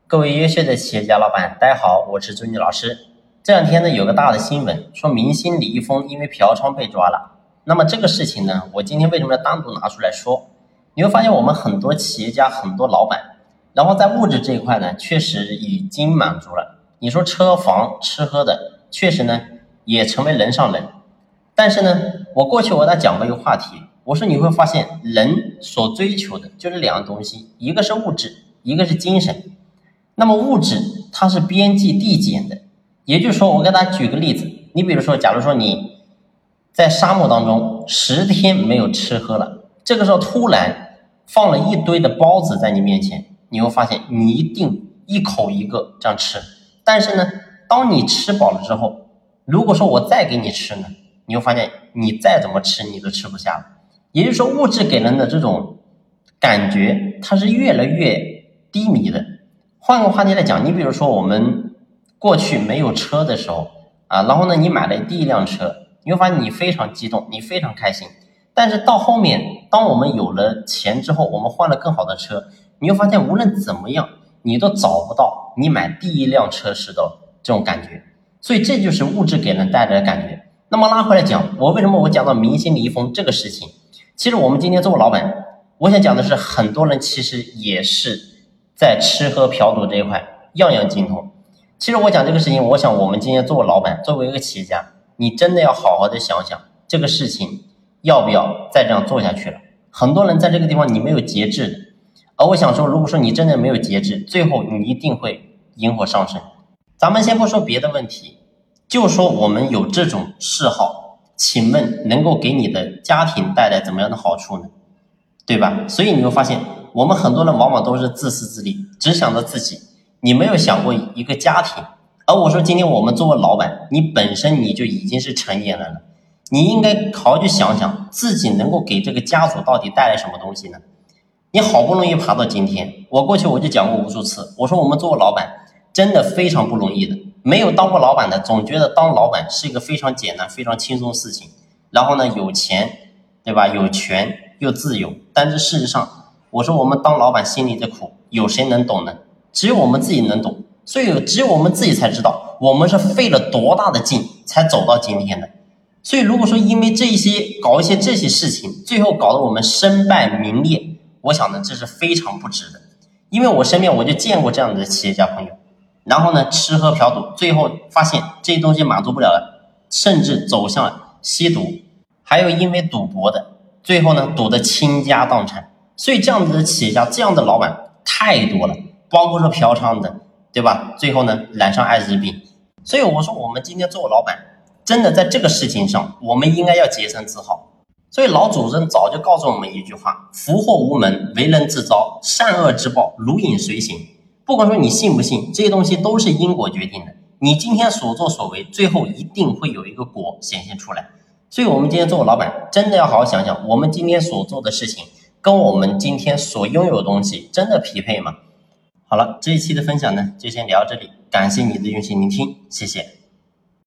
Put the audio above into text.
各位优秀的企业家老板，大家好，我是朱妮老师。这两天呢，有个大的新闻，说明星李易峰因为嫖娼被抓了。那么这个事情呢，我今天为什么要单独拿出来说？你会发现我们很多企业家、很多老板，然后在物质这一块呢，确实已经满足了。你说车房、吃喝的，确实呢也成为人上人。但是呢，我过去我给大家讲过一个话题，我说你会发现人所追求的就是两样东西，一个是物质，一个是精神。那么物质它是边际递减的，也就是说，我给大家举个例子，你比如说，假如说你在沙漠当中10天没有吃喝了，这个时候突然放了一堆的包子在你面前，你会发现你一定一口一个这样吃。但是呢，当你吃饱了之后，如果说我再给你吃呢，你会发现你再怎么吃你都吃不下了。也就是说，物质给人的这种感觉它是越来越低迷的。换个话题来讲，你比如说我们过去没有车的时候然后呢你买了第一辆车，你会发现你非常激动，你非常开心。但是到后面当我们有了钱之后，我们换了更好的车，你会发现无论怎么样你都找不到你买第一辆车时的这种感觉。所以这就是物质给人带来的感觉。那么拉回来讲，为什么我讲到明星李易峰这个事情，其实我们今天做老板，我想讲的是很多人其实也是在吃喝嫖赌这一块样样精通。其实我讲这个事情，我想我们今天作为老板，作为一个企业家，你真的要好好的想想这个事情要不要再这样做下去了。很多人在这个地方你没有节制的，而我想说，如果说你真的没有节制，最后你一定会引火上身。咱们先不说别的问题，就说我们有这种嗜好，请问能够给你的家庭带来怎么样的好处呢？对吧？所以你会发现我们很多人往往都是自私自利，只想着自己，你没有想过一个家庭。而我说今天我们作为老板，你本身你就已经是成年人了，你应该好好去想想自己能够给这个家族到底带来什么东西呢？你好不容易爬到今天，我过去我就讲过无数次，我说我们作为老板真的非常不容易的，没有当过老板的总觉得当老板是一个非常简单非常轻松的事情，然后呢有钱对吧，有权又自由。但是事实上我说我们当老板心里的苦有谁能懂呢？只有我们自己能懂。所以只有我们自己才知道我们是费了多大的劲才走到今天的。所以如果说因为搞一些这些事情，最后搞得我们身败名裂，我想呢这是非常不值的。因为我身边我就见过这样的企业家朋友，然后呢吃喝嫖赌，最后发现这些东西满足不了了，甚至走向了吸毒，还有因为赌博的，最后呢赌得倾家荡产。所以这样子的企业家，这样的老板太多了，包括说嫖娼的，对吧？最后呢染上艾滋病。所以我说我们今天做老板，真的在这个事情上我们应该要洁身自好。所以老祖宗早就告诉我们一句话，福祸无门，为人自招，善恶之报如影随形。不管说你信不信，这些东西都是因果决定的，你今天所作所为最后一定会有一个果显现出来。所以我们今天做老板真的要好好想想，我们今天所做的事情跟我们今天所拥有的东西真的匹配吗？好了，这一期的分享呢就先聊到这里，感谢你的用心聆听，谢谢。